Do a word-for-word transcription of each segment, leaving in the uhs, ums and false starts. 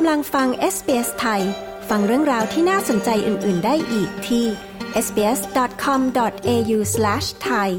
กำลังฟัง เอส บี เอส ไทยฟังเรื่องราวที่น่าสนใจอื่นๆได้อีกที่ เอส บี เอส ดอท คอม ดอท เอ ยู สแลช ไทย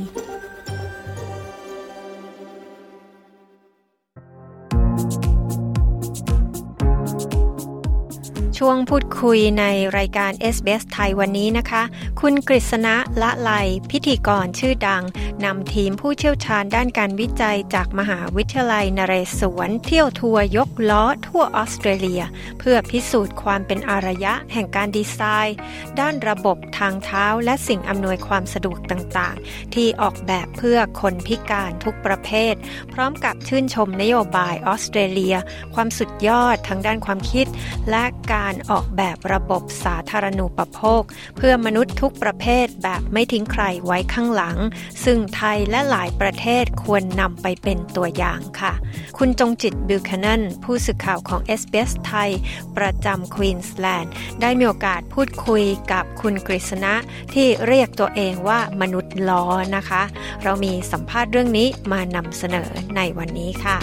ช่วงพูดคุยในรายการ เอส บี เอส ไทยวันนี้นะคะคุณกฤษณะละไลพิธีกรชื่อดังนำทีมผู้เชี่ยวชาญด้านการวิจัยจากมหาวิทยาลัยนเรศวรเที่ยวทัวร์ยกล้อทั่วออสเตรเลียเพื่อพิสูจน์ความเป็นอารยะแห่งการดีไซน์ด้านระบบทางเท้าและสิ่งอำนวยความสะดวกต่างๆที่ออกแบบเพื่อคนพิการทุกประเภทพร้อมกับชื่นชมนโยบายออสเตรเลียความสุดยอดทางด้านความคิดและการออกแบบระบบสาธารณูปโภคเพื่อมนุษย์ทุกประเภทแบบไม่ทิ้งใครไว้ข้างหลังซึ่งไทยและหลายประเทศควรนำไปเป็นตัวอย่างค่ะคุณจงจิตบิวคานันผู้สื่อข่าวของ เอส บี เอส ไทยประจำควีนสแลนด์ได้มีโอกาสพูดคุยกับคุณกฤษณะที่เรียกตัวเองว่ามนุษย์ล้อนะคะเรามีสัมภาษณ์เรื่องนี้มานำเสนอในวันนี้ค่ะ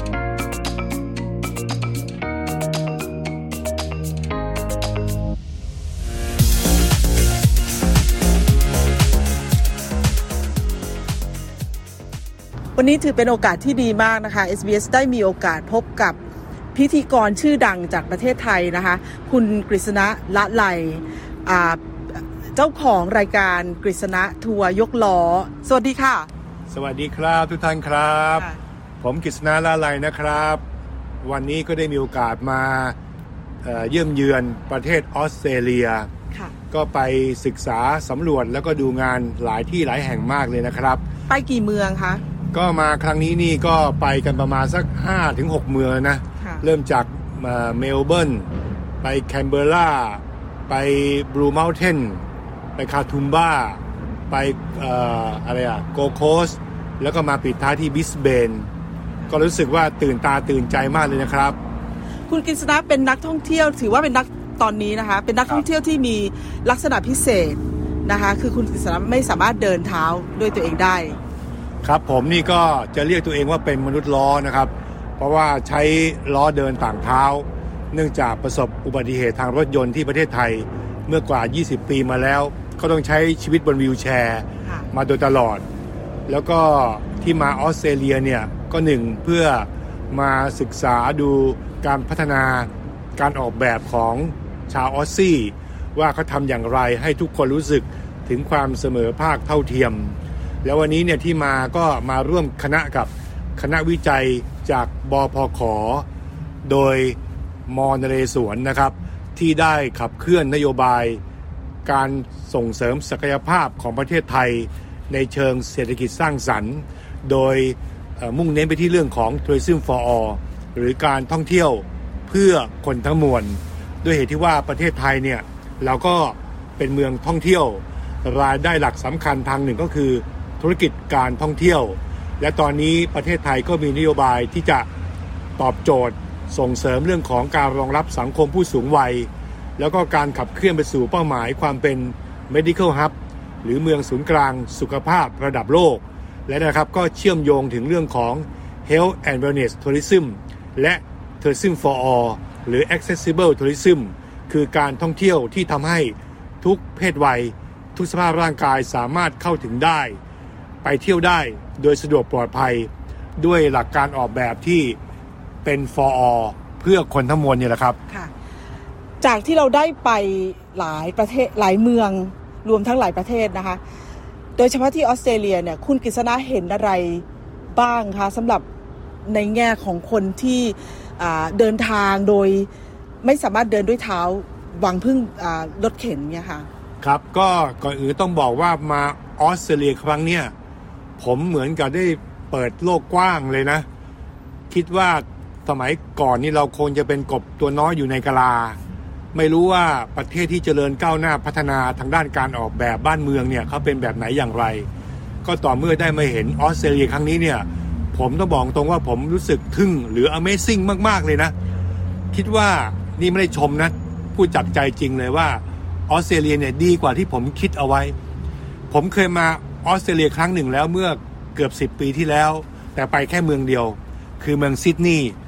วันนี้ถือเป็นโอกาสที่ดีมากนะคะ เอส บี เอส ได้มีโอกาสพบกับพิธีกรชื่อดังจากประเทศไทยนะคะคุณกฤษณะละไลเจ้าของรายการกฤษณะทัวร์ยกล้อสวัสดีค่ะสวัสดีครับทุกท่านครับผมกฤษณะละไลนะครับวันนี้ก็ได้มีโอกาสมาเอ่อเยี่ยมเยือนประเทศออสเตรเลียก็ไปศึกษาสำรวจแล้วก็ดูงานหลายที่หลายแห่งมากเลยนะครับไปกี่เมืองคะก็มาครั้งนี้นี่ก็ไปกันประมาณสัก ห้าถึงหก เมืองนะเริ่มจากเมลเบิร์นไปแคนเบอร์ราไปบลูเมลเทนไปคาทูมบ้าไปเอ่ออะไรอ่ะโกโคสแล้วก็มาปิดท้ายที่บริสเบนก็รู้สึกว่าตื่นตาตื่นใจมากเลยนะครับคุณกฤษณะเป็นนักท่องเที่ยวถือว่าเป็นนักตอนนี้นะคะเป็นนักท่องเที่ยวที่มีลักษณะพิเศษนะคะคือคุณกฤษณะไม่สามารถเดินเท้าด้วยตัวเองได้ครับผมนี่ก็จะเรียกตัวเองว่าเป็นมนุษย์ล้อนะครับเพราะว่าใช้ล้อเดินต่างเท้าเนื่องจากประสบอุบัติเหตุทางรถยนต์ที่ประเทศไทยเมื่อกว่ายี่สิบปีมาแล้วก็ต้องใช้ชีวิตบนวีลแชร์มาโดยตลอดแล้วก็ที่มาออสเตรเลียเนี่ยก็หนึ่งเพื่อมาศึกษาดูการพัฒนาการออกแบบของชาวออสซี่ว่าเขาทำอย่างไรให้ทุกคนรู้สึกถึงความเสมอภาคเท่าเทียมแล้ววันนี้เนี่ยที่มาก็มาร่วมคณะกับคณะวิจัยจากบพข.โดยมนเรศวรนะครับที่ได้ขับเคลื่อนนโยบายการส่งเสริมศักยภาพของประเทศไทยในเชิงเศรษฐกิจสร้างสรรค์โดยมุ่งเน้นไปที่เรื่องของ Tourism for All หรือการท่องเที่ยวเพื่อคนทั้งมวลด้วยเหตุที่ว่าประเทศไทยเนี่ยเราก็เป็นเมืองท่องเที่ยวรายได้หลักสำคัญทางหนึ่งก็คือธุรกิจการท่องเที่ยวและตอนนี้ประเทศไทยก็มีนโยบายที่จะตอบโจทย์ส่งเสริมเรื่องของการรองรับสังคมผู้สูงวัยแล้วก็การขับเคลื่อนไปสู่เป้าหมายความเป็น medical hub หรือเมืองศูนย์กลางสุขภาพระดับโลกและนะครับก็เชื่อมโยงถึงเรื่องของ health and wellness tourism และ tourism for all หรือ accessible tourism คือการท่องเที่ยวที่ทำให้ทุกเพศวัยทุกสภาพร่างกายสามารถเข้าถึงได้ไปเที่ยวได้โดยสะดวกปลอดภัยด้วยหลักการออกแบบที่เป็น for all เพื่อคนทั้งมวลนี่แหละครับค่ะจากที่เราได้ไปหลายประเทศหลายเมืองรวมทั้งหลายประเทศนะคะโดยเฉพาะที่ออสเตรเลียเนี่ยคุณกฤษณะเห็นอะไรบ้างคะสำหรับในแง่ของคนที่เดินทางโดยไม่สามารถเดินด้วยเท้าหวังพึ่งรถเข็นเนี่ยค่ะครับก็ก่อนอื่นต้องบอกว่ามาออสเตรเลียครั้งเนี้ยผมเหมือนกับได้เปิดโลกกว้างเลยนะคิดว่าสมัยก่อนนี่เราคงจะเป็นกบตัวน้อยอยู่ในกะลาไม่รู้ว่าประเทศที่เจริญก้าวหน้าพัฒนาทางด้านการออกแบบบ้านเมืองเนี่ยเขาเป็นแบบไหนอย่างไรก็ต่อเมื่อได้มาเห็นออสเตรเลียครั้งนี้เนี่ยผมต้องบอกตรงว่าผมรู้สึกทึ่งหรือ Amazing มากๆเลยนะคิดว่านี่ไม่ได้ชมนะพูดจากใจจริงเลยว่าออสเตรเลียเนี่ยดีกว่าที่ผมคิดเอาไว้ผมเคยมาออสเตรเลียครั้งหนึ่งแล้วเมื่อเกือบสิบปีที่แล้วแต่ไปแค่เมืองเดียวคือเมืองซิดนีย์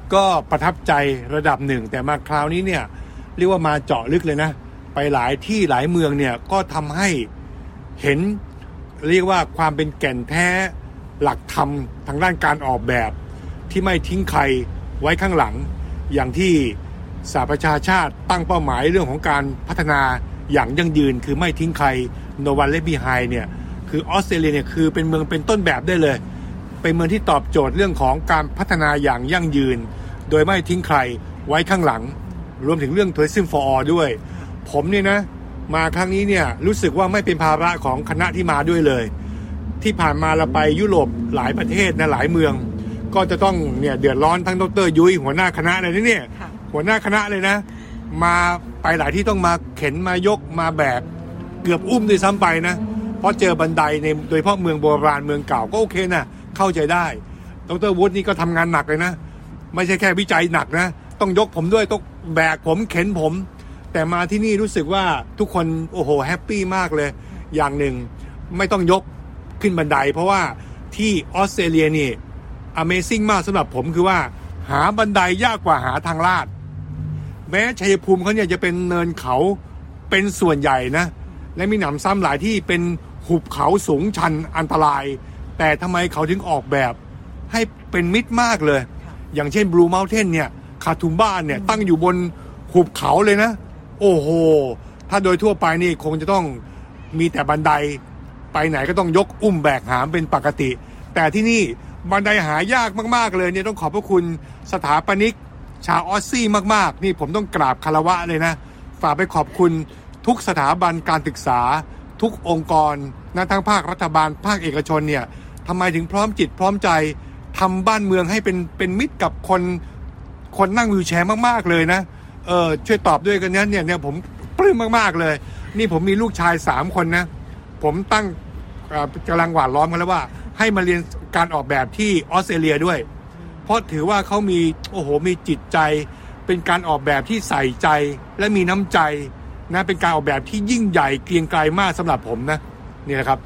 ก็ประทับใจระดับหนึ่งแต่มาคราวนี้เนี่ยเรียกว่ามาเจาะลึกเลยนะไปหลายที่หลายเมืองเนี่ยก็ทำให้เห็นเรียกว่าความเป็นแก่นแท้หลักธรรมทางด้านการออกแบบที่ไม่ทิ้งใครไว้ข้างหลังอย่างที่สหประชาชาติตั้งเป้าหมายเรื่องของการพัฒนาอย่างยั่งยืนคือไม่ทิ้งใคร No One Left Behind เนี่ยคือออสเตรเลียเนี่ยคือเป็นเมืองเป็นต้นแบบได้เลยเป็นเมืองที่ตอบโจทย์เรื่องของการพัฒนาอย่างยั่งยืนโดยไม่ทิ้งใครไว้ข้างหลังรวมถึงเรื่อง Tourism for All ด้วยผมเนี่ยนะมาครั้งนี้เนี่ยรู้สึกว่าไม่เป็นภาระของคณะที่มาด้วยเลยที่ผ่านมาเราไปยุโรปหลายประเทศนะหลายเมืองก็จะต้องเนี่ยเดือดร้อนทั้งดร.ยุ้ยหัวหน้าคณะเลยนะเนี่ยหัวหน้าคณะเลยนะมาไปหลายที่ต้องมาเข็นมายกมาแบกเกือบอุ้มด้วยซ้ำไปนะเพราะเจอบันไดในโดยเฉพาะเมืองโบราณเมืองเก่าก็โอเคนะเข้าใจได้ดร.วุฒินี่ก็ทำงานหนักเลยนะไม่ใช่แค่วิจัยหนักนะต้องยกผมด้วยต้องแบกผมเข็นผมแต่มาที่นี่รู้สึกว่าทุกคนโอ้โหแฮปปี้มากเลยอย่างหนึ่งไม่ต้องยกขึ้นบันไดเพราะว่าที่ออสเตรเลียนี่ Amazing มากสำหรับผมคือว่าหาบันไดยากกว่าหาทางลาดแม้ชัยภูมิเขาเนี่ยจะเป็นเนินเขาเป็นส่วนใหญ่นะและมีหนำซ้ำหลายที่เป็นหุบเขาสูงชันอันตรายแต่ทำไมเขาถึงออกแบบให้เป็นมิตรมากเลยอย่างเช่น Blue Mountain เนี่ยคาทูมบ้านเนี่ยตั้งอยู่บนหุบเขาเลยนะโอ้โหถ้าโดยทั่วไปนี่คงจะต้องมีแต่บันไดไปไหนก็ต้องยกอุ้มแบกหามเป็นปกติแต่ที่นี่บันไดหายากมากๆเลยเนี่ยต้องขอบพระคุณสถาปนิกชาวออสซี่มากๆนี่ผมต้องกราบคารวะเลยนะฝากไปขอบคุณทุกสถาบันการศึกษาทุกองค์กรนะทั้งภาครัฐบาลภาคเอกชนเนี่ยทำไมถึงพร้อมจิตพร้อมใจทำบ้านเมืองให้เป็นเป็นมิตรกับคนคนนั่งวีลแชร์มากๆเลยนะเออช่วยตอบด้วยกันนี้เนี่ยเนี่ยผมปลื้มมากๆเลยนี่ผมมีลูกชายสามคนนะผมตั้งกำลังหวานล้อมกันแล้วว่าให้มาเรียนการออกแบบที่ออสเตรเลียด้วยเพราะถือว่าเขามีโอ้โหมีจิตใจเป็นการออกแบบที่ใส่ใจและมีน้ำใจนะเป็นการออกแบบที่ยิ่งใหญ่เกรียงไกรมากสำหรับผมนะนี่นะครับ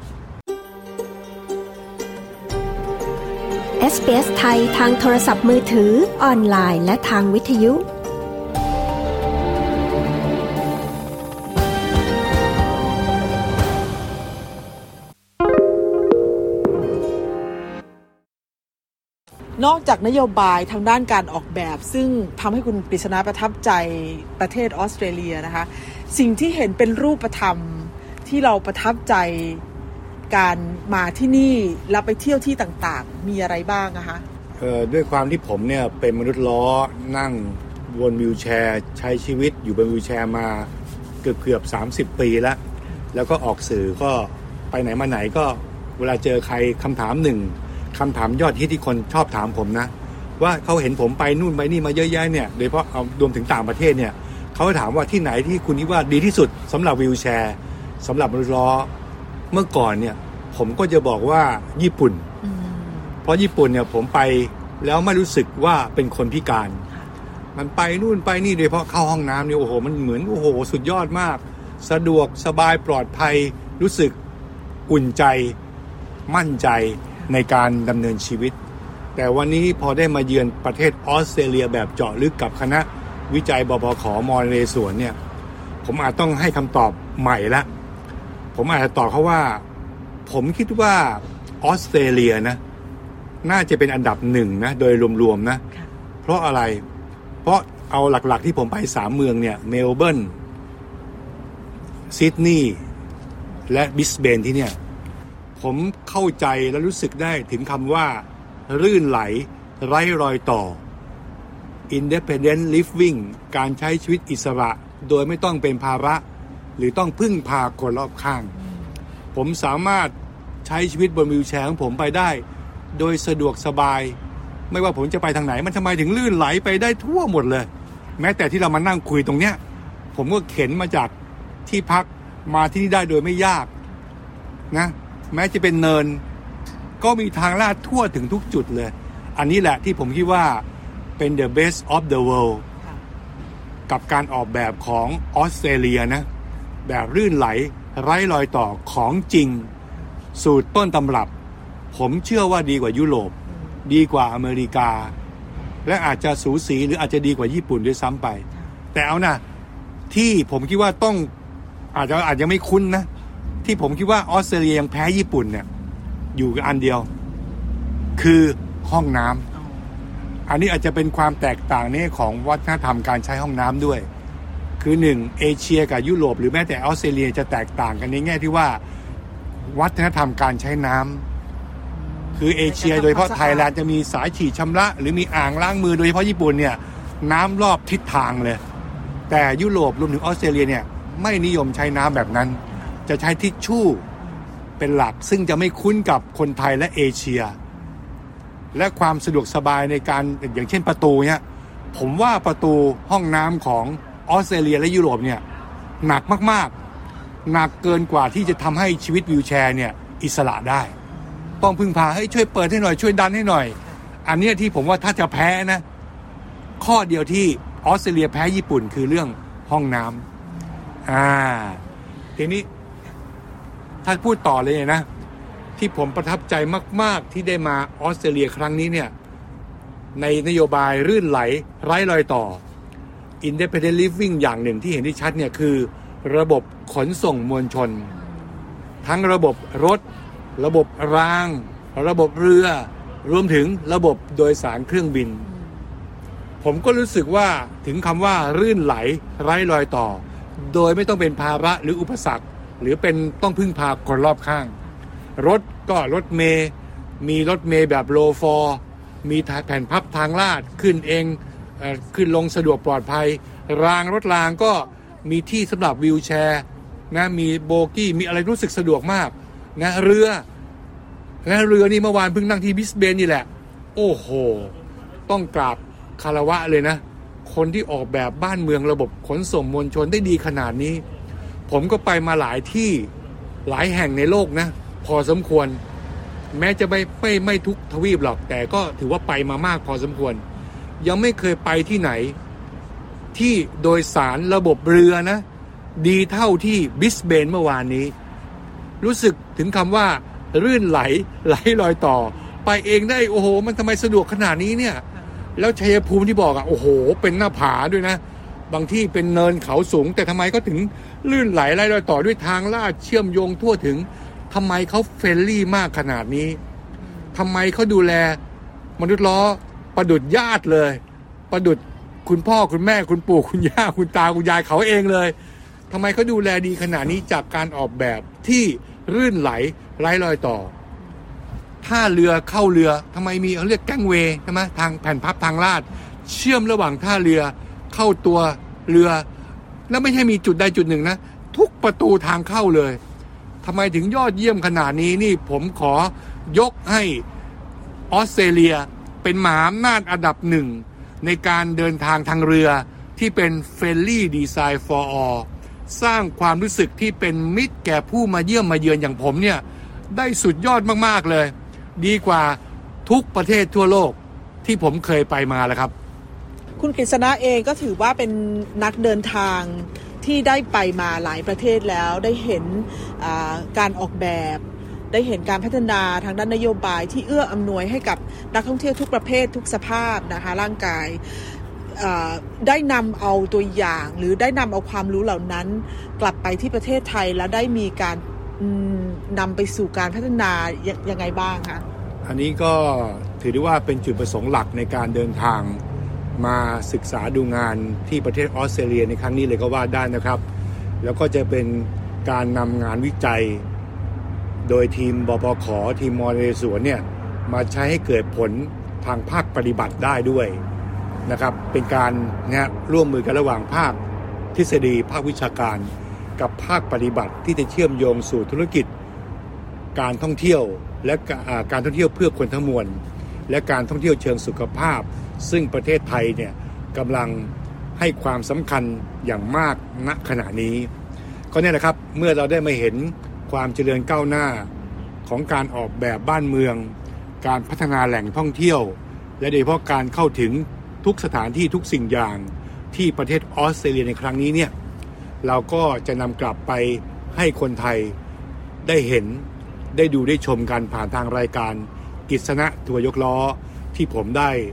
เอส บี เอส ไทยทางโทรศัพท์มือถือออนไลน์และทางวิทยุนอกจากนโยบายทางด้านการออกแบบซึ่งทำให้คุณกฤษณะประทับใจประเทศออสเตรเลียนะคะสิ่งที่เห็นเป็นรูปธรรมที่เราประทับใจการมาที่นี่แล้วไปเที่ยวที่ต่างๆมีอะไรบ้างนะคะเอ่อด้วยความที่ผมเนี่ยเป็นมนุษย์ล้อนั่งบนวีลแชร์ใช้ชีวิตอยู่บนวีลแชร์มาเกือบเกือบสามสิบปีแล้วแล้วก็ออกสื่อก็ไปไหนมาไหนก็เวลาเจอใครคำถามหนึ่งคำถามยอดฮิตที่คนชอบถามผมนะว่าเขาเห็นผมไปนู่นไปนี่มาเยอะแยะเนี่ยโดยเฉพาะเอารวมถึงต่างประเทศเนี่ยเขาถามว่าที่ไหนที่คุณคิดว่าดีที่สุดสำหรับวีลแชร์สำหรับมนุษย์ล้อเมื่อก่อนเนี่ยผมก็จะบอกว่าญี่ปุ่นเพราะญี่ปุ่นเนี่ยผมไปแล้วไม่รู้สึกว่าเป็นคนพิการมันไปนู่นไปนี่โดยเฉพาะเข้าห้องน้ำเนี่ยโอ้โหมันเหมือนโอ้โหสุดยอดมากสะดวกสบายปลอดภัยรู้สึกอุ่นใจมั่นใจในการดำเนินชีวิตแต่วันนี้พอได้มาเยือนประเทศออสเตรเลียแบบเจาะลึกกับคณะวิจัยบพข.ม.นเรศวรเนี่ยผมอาจต้องให้คำตอบใหม่ละผมอาจจะตอบเขาว่าผมคิดว่าออสเตรเลียนะน่าจะเป็นอันดับหนึ่งนะโดยรวมๆนะเพราะอะไรเพราะเอาหลักๆที่ผมไปสามเมืองเนี่ยเมลเบิร์นซิดนีย์และบริสเบนที่เนี่ยผมเข้าใจและรู้สึกได้ถึงคำว่าลื่นไหลไร้รอยต่อ independent living การใช้ชีวิตอิสระโดยไม่ต้องเป็นภาระหรือต้องพึ่งพาคนรอบข้างผมสามารถใช้ชีวิตบนวีลแชร์ของผมไปได้โดยสะดวกสบายไม่ว่าผมจะไปทางไหนมันทำไมถึงลื่นไหลไปได้ทั่วหมดเลยแม้แต่ที่เรามานั่งคุยตรงเนี้ยผมก็เข็นมาจากที่พักมาที่นี่ได้โดยไม่ยากนะแม้จะเป็นเนินก็มีทางลาดทั่วถึงทุกจุดเลยอันนี้แหละที่ผมคิดว่าเป็น the best of the world กับการออกแบบของออสเตรเลียนะแบบลื่นไหลไร้รอยต่อของจริงสูตรต้นตำรับผมเชื่อว่าดีกว่ายุโรปดีกว่าอเมริกาและอาจจะสูสีหรืออาจจะดีกว่าญี่ปุ่นด้วยซ้ำไปแต่เอานะที่ผมคิดว่าต้องอาจจะอาจจะไม่คุ้นนะที่ผมคิดว่าออสเตรเลียยังแพ้ญี่ปุ่นเนี่ยอยู่กับอันเดียวคือห้องน้ำอันนี้อาจจะเป็นความแตกต่างนี้ของวัฒนธรรมการใช้ห้องน้ำด้วยคือหนึ่งเอเชียกับยุโรปหรือแม้แต่ออสเตรเลียจะแตกต่างกันในแง่ที่ว่าวัฒนธรรมการใช้น้ำคือเอเชียโดยเฉพาะไทยแลนด์จะมีสายฉีดชำระหรือมีอ่างล้างมือโดยเฉพาะญี่ปุ่นเนี่ยน้ำรอบทิศทางเลยแต่ยุโรปรวมถึงออสเตรเลียเนี่ยไม่นิยมใช้น้ำแบบนั้นจะใช้ทิชชู่เป็นหลักซึ่งจะไม่คุ้นกับคนไทยและเอเชียและความสะดวกสบายในการอย่างเช่นประตูเนี่ยผมว่าประตูห้องน้ำของออสเตรเลียและยุโรปเนี่ยหนักมากๆหนักเกินกว่าที่จะทำให้ชีวิตวีลแชร์เนี่ยอิสระได้ต้องพึ่งพาให้ช่วยเปิดให้หน่อยช่วยดันให้หน่อยอันนี้ที่ผมว่าถ้าจะแพ้นะข้อเดียวที่ออสเตรเลียแพ้ญี่ปุ่นคือเรื่องห้องน้ำอ่าทีนี้ถ้าพูดต่อเลยนะที่ผมประทับใจมากๆที่ได้มาออสเตรเลียครั้งนี้เนี่ยในนโยบายรื่นไหลไร้รอยต่อ Independent Living อย่างหนึ่งที่เห็นได้ชัดเนี่ยคือระบบขนส่งมวลชนทั้งระบบรถระบบรางระบบเรือรวมถึงระบบโดยสารเครื่องบินผมก็รู้สึกว่าถึงคำว่ารื่นไหลไร้รอยต่อโดยไม่ต้องเป็นภาระหรืออุปสรรคหรือเป็นต้องพึ่งพาคนรอบข้างรถก็รถเมล์มีรถเมล์แบบโลฟอร์มีแผ่นพับทางลาดขึ้นเองเอ่อขึ้นลงสะดวกปลอดภัยรางรถรางก็มีที่สำหรับวีลแชร์นะมีโบกี้มีอะไรรู้สึกสะดวกมากนะเรือนะเรือนี่เมื่อวานเพิ่งนั่งที่บิสเบนนี่แหละโอ้โหต้องกราบคารวะเลยนะคนที่ออกแบบบ้านเมืองระบบขนส่งมวลชนได้ดีขนาดนี้ผมก็ไปมาหลายที่หลายแห่งในโลกนะพอสมควรแม้จะไม่ไม่ไม่ทุกทวีปหรอกแต่ก็ถือว่าไปมามากพอสมควรยังไม่เคยไปที่ไหนที่โดยสารระบบเรือนะดีเท่าที่บิสเบนเมื่อวานนี้รู้สึกถึงคำว่ารื่นไหลไหลลอยต่อไปเองได้โอ้โหมันทำไมสะดวกขนาดนี้เนี่ยแล้วชัยภูมิที่บอกอ่ะโอ้โหเป็นหน้าผาด้วยนะบางที่เป็นเนินเขาสูงแต่ทำไมก็ถึงลื่นไหลไหลลอยต่อด้วยทางลาดเชื่อมโยงทั่วถึงทำไมเขาเฟรนลี่มากขนาดนี้ทำไมเขาดูแลมนุษย์ล้อประดุจญาติเลยประดุจคุณพ่อคุณแม่คุณปู่คุณย่าคุณตาคุณยายเขาเองเลยทำไมเขาดูแลดีขนาดนี้จากการออกแบบที่รื่นไหลไร้รอยต่อท่าเรือเข้าเรือทำไมมีเขาเรียกแกงเวย์ใช่ไหมทางแผ่นพับทางลาดเชื่อมระหว่างท่าเรือเข้าตัวเรือแล้วไม่ใช่มีจุดใดจุดหนึ่งนะทุกประตูทางเข้าเลยทำไมถึงยอดเยี่ยมขนาดนี้นี่ผมขอยกให้ออสเตรเลียเป็นมหาอำนาจอันดับหนึ่งในการเดินทางทางเรือที่เป็น Friendly Design for All สร้างความรู้สึกที่เป็นมิตรแก่ผู้มาเยี่ยมมาเยือนอย่างผมเนี่ยได้สุดยอดมากๆเลยดีกว่าทุกประเทศทั่วโลกที่ผมเคยไปมาแล้วครับคุณกฤษณะเองก็ถือว่าเป็นนักเดินทางที่ได้ไปมาหลายประเทศแล้วได้เห็นการออกแบบได้เห็นการพัฒนาทางด้านนโยบายที่เอื้ออำนวยให้กับนักท่องเที่ยวทุกประเภททุกสภาพนะคะร่างกายได้นำเอาตัวอย่างหรือได้นำเอาความรู้เหล่านั้นกลับไปที่ประเทศไทยแล้วได้มีการนำไปสู่การพัฒนายังไงบ้างคะอันนี้ก็ถือได้ว่าเป็นจุดประสงค์หลักในการเดินทางมาศึกษาดูงานที่ประเทศออสเตรเลียในครั้งนี้เลยก็ว่าได้นะครับแล้วก็จะเป็นการนำงานวิจัยโดยทีมบปข.ทีมมอเรสวนเนี่ยมาใช้ให้เกิดผลทางภาคปฏิบัติได้ด้วยนะครับเป็นการเนี่ยร่วมมือกันระหว่างภาคทฤษฎีภาควิชาการกับภาคปฏิบัติที่จะเชื่อมโยงสู่ธุรกิจการท่องเที่ยวและการท่องเที่ยวเพื่อคนทั้งมวลและการท่องเที่ยวเชิงสุขภาพซึ่งประเทศไทยเนี่ยกำลังให้ความสำคัญอย่างมากณขณะนี้ก็เนี่ยแหละครับเมื่อเราได้มาเห็นความเจริญก้าวหน้าของการออกแบบบ้านเมืองการพัฒนาแหล่งท่องเที่ยวและโดยเฉพาะการเข้าถึงทุกสถานที่ทุกสิ่งอย่างที่ประเทศออสเตรเลียในครั้งนี้เนี่ยเราก็จะนำกลับไปให้คนไทยได้เห็นได้ดูได้ชมกันผ่านทางรายการกฤษณะทัวร์ยกล้อที่ผมได้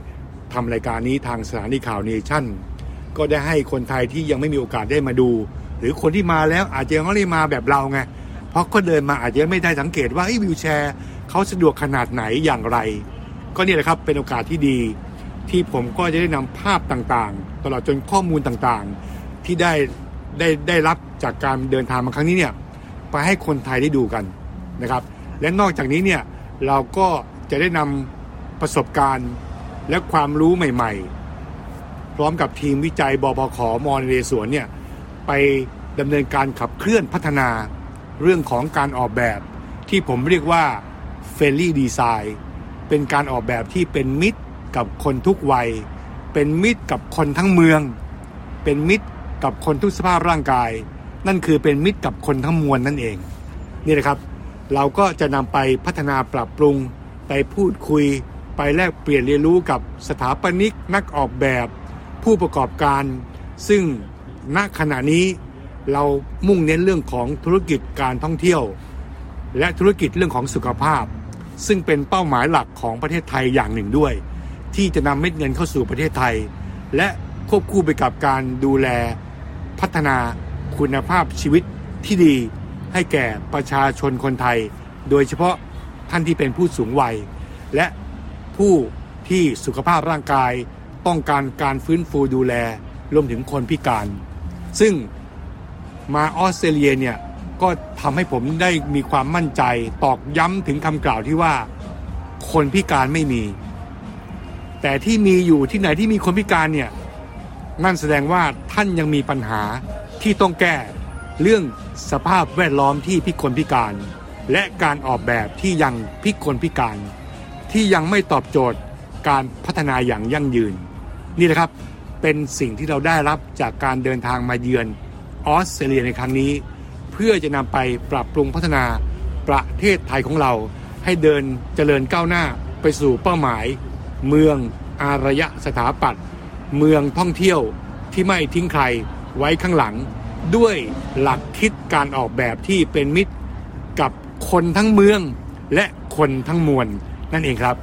ทำรายการนี้ทางสถานีข่าวเนชั่นก็ได้ให้คนไทยที่ยังไม่มีโอกาสได้มาดูหรือคนที่มาแล้วอาจจะยังไม่ได้มาแบบเราไงเพราะก็เดินมาอาจจะไม่ได้สังเกตว่าวิวแชร์เขาสะดวกขนาดไหนอย่างไรก็นี่แหละครับเป็นโอกาสที่ดีที่ผมก็จะได้นำภาพต่างๆตลอดจนข้อมูลต่างๆที่ได้ได้ได้รับจากการเดินทางมาครั้งนี้เนี่ยไปให้คนไทยได้ดูกันนะครับและนอกจากนี้เนี่ยเราก็จะได้นำประสบการณ์และความรู้ใหม่ๆพร้อมกับทีมวิจัยบปข.ม.นเรศวรเนี่ยไปดำเนินการขับเคลื่อนพัฒนาเรื่องของการออกแบบที่ผมเรียกว่า Friendly Design เป็นการออกแบบที่เป็นมิตรกับคนทุกวัยเป็นมิตรกับคนทั้งเมืองเป็นมิตรกับคนทุกสภาพร่างกายนั่นคือเป็นมิตรกับคนทั้งมวลนั่นเองนี่นะครับเราก็จะนำไปพัฒนาปรับปรุงไปพูดคุยไปแลกเปลี่ยนเรียนรู้กับสถาปนิกนักออกแบบผู้ประกอบการซึ่งณขณะนี้เรามุ่งเน้นเรื่องของธุรกิจการท่องเที่ยวและธุรกิจเรื่องของสุขภาพซึ่งเป็นเป้าหมายหลักของประเทศไทยอย่างหนึ่งด้วยที่จะนำเม็ดเงินเข้าสู่ประเทศไทยและควบคู่ไปกับการดูแลพัฒนาคุณภาพชีวิตที่ดีให้แก่ประชาชนคนไทยโดยเฉพาะท่านที่เป็นผู้สูงวัยและผู้ที่สุขภาพร่างกายต้องการการฟื้นฟูดูแลรวมถึงคนพิการซึ่งมาออสเตรเลียเนี่ยก็ทำให้ผมได้มีความมั่นใจตอกย้ำถึงคำกล่าวที่ว่าคนพิการไม่มีแต่ที่มีอยู่ที่ไหนที่มีคนพิการเนี่ยนั่นแสดงว่าท่านยังมีปัญหาที่ต้องแก้เรื่องสภาพแวดล้อมที่พิกลพิการและการออกแบบที่ยังพิกลพิการที่ยังไม่ตอบโจทย์การพัฒนาอย่างยั่งยืนนี่แหละครับเป็นสิ่งที่เราได้รับจากการเดินทางมาเยือนออสเตรเลียในครั้งนี้เพื่อจะนำไปปรับปรุงพัฒนาประเทศไทยของเราให้เดินเจริญก้าวหน้าไปสู่เป้าหมายเมืองอารยสถาปัตย์เมืองท่องเที่ยวที่ไม่ทิ้งใครไว้ข้างหลังด้วยหลักคิดการออกแบบที่เป็นมิตรกับคนทั้งเมืองและคนทั้งมวลนั่นเองครับ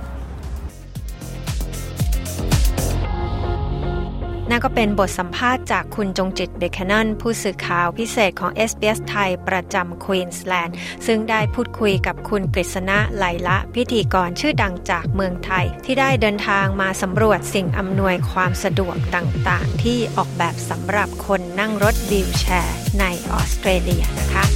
นั่นก็เป็นบทสัมภาษณ์จากคุณจงจิตเบคแคนนอนผู้สื่อข่าวพิเศษของ เอส บี เอส ไทยประจำควีนส์แลนด์ซึ่งได้พูดคุยกับคุณกฤษณะไหลละพิธีกรชื่อดังจากเมืองไทยที่ได้เดินทางมาสำรวจสิ่งอำนวยความสะดวกต่างๆที่ออกแบบสำหรับคนนั่งรถวีลแชร์ในออสเตรเลียนะคะ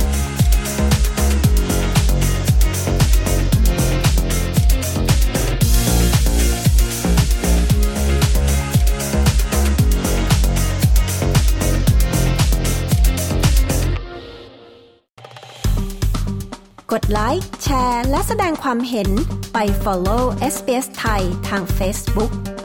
กดไลค์แชร์และแสดงความเห็นไป follow เอส บี เอส ไทยทาง Facebook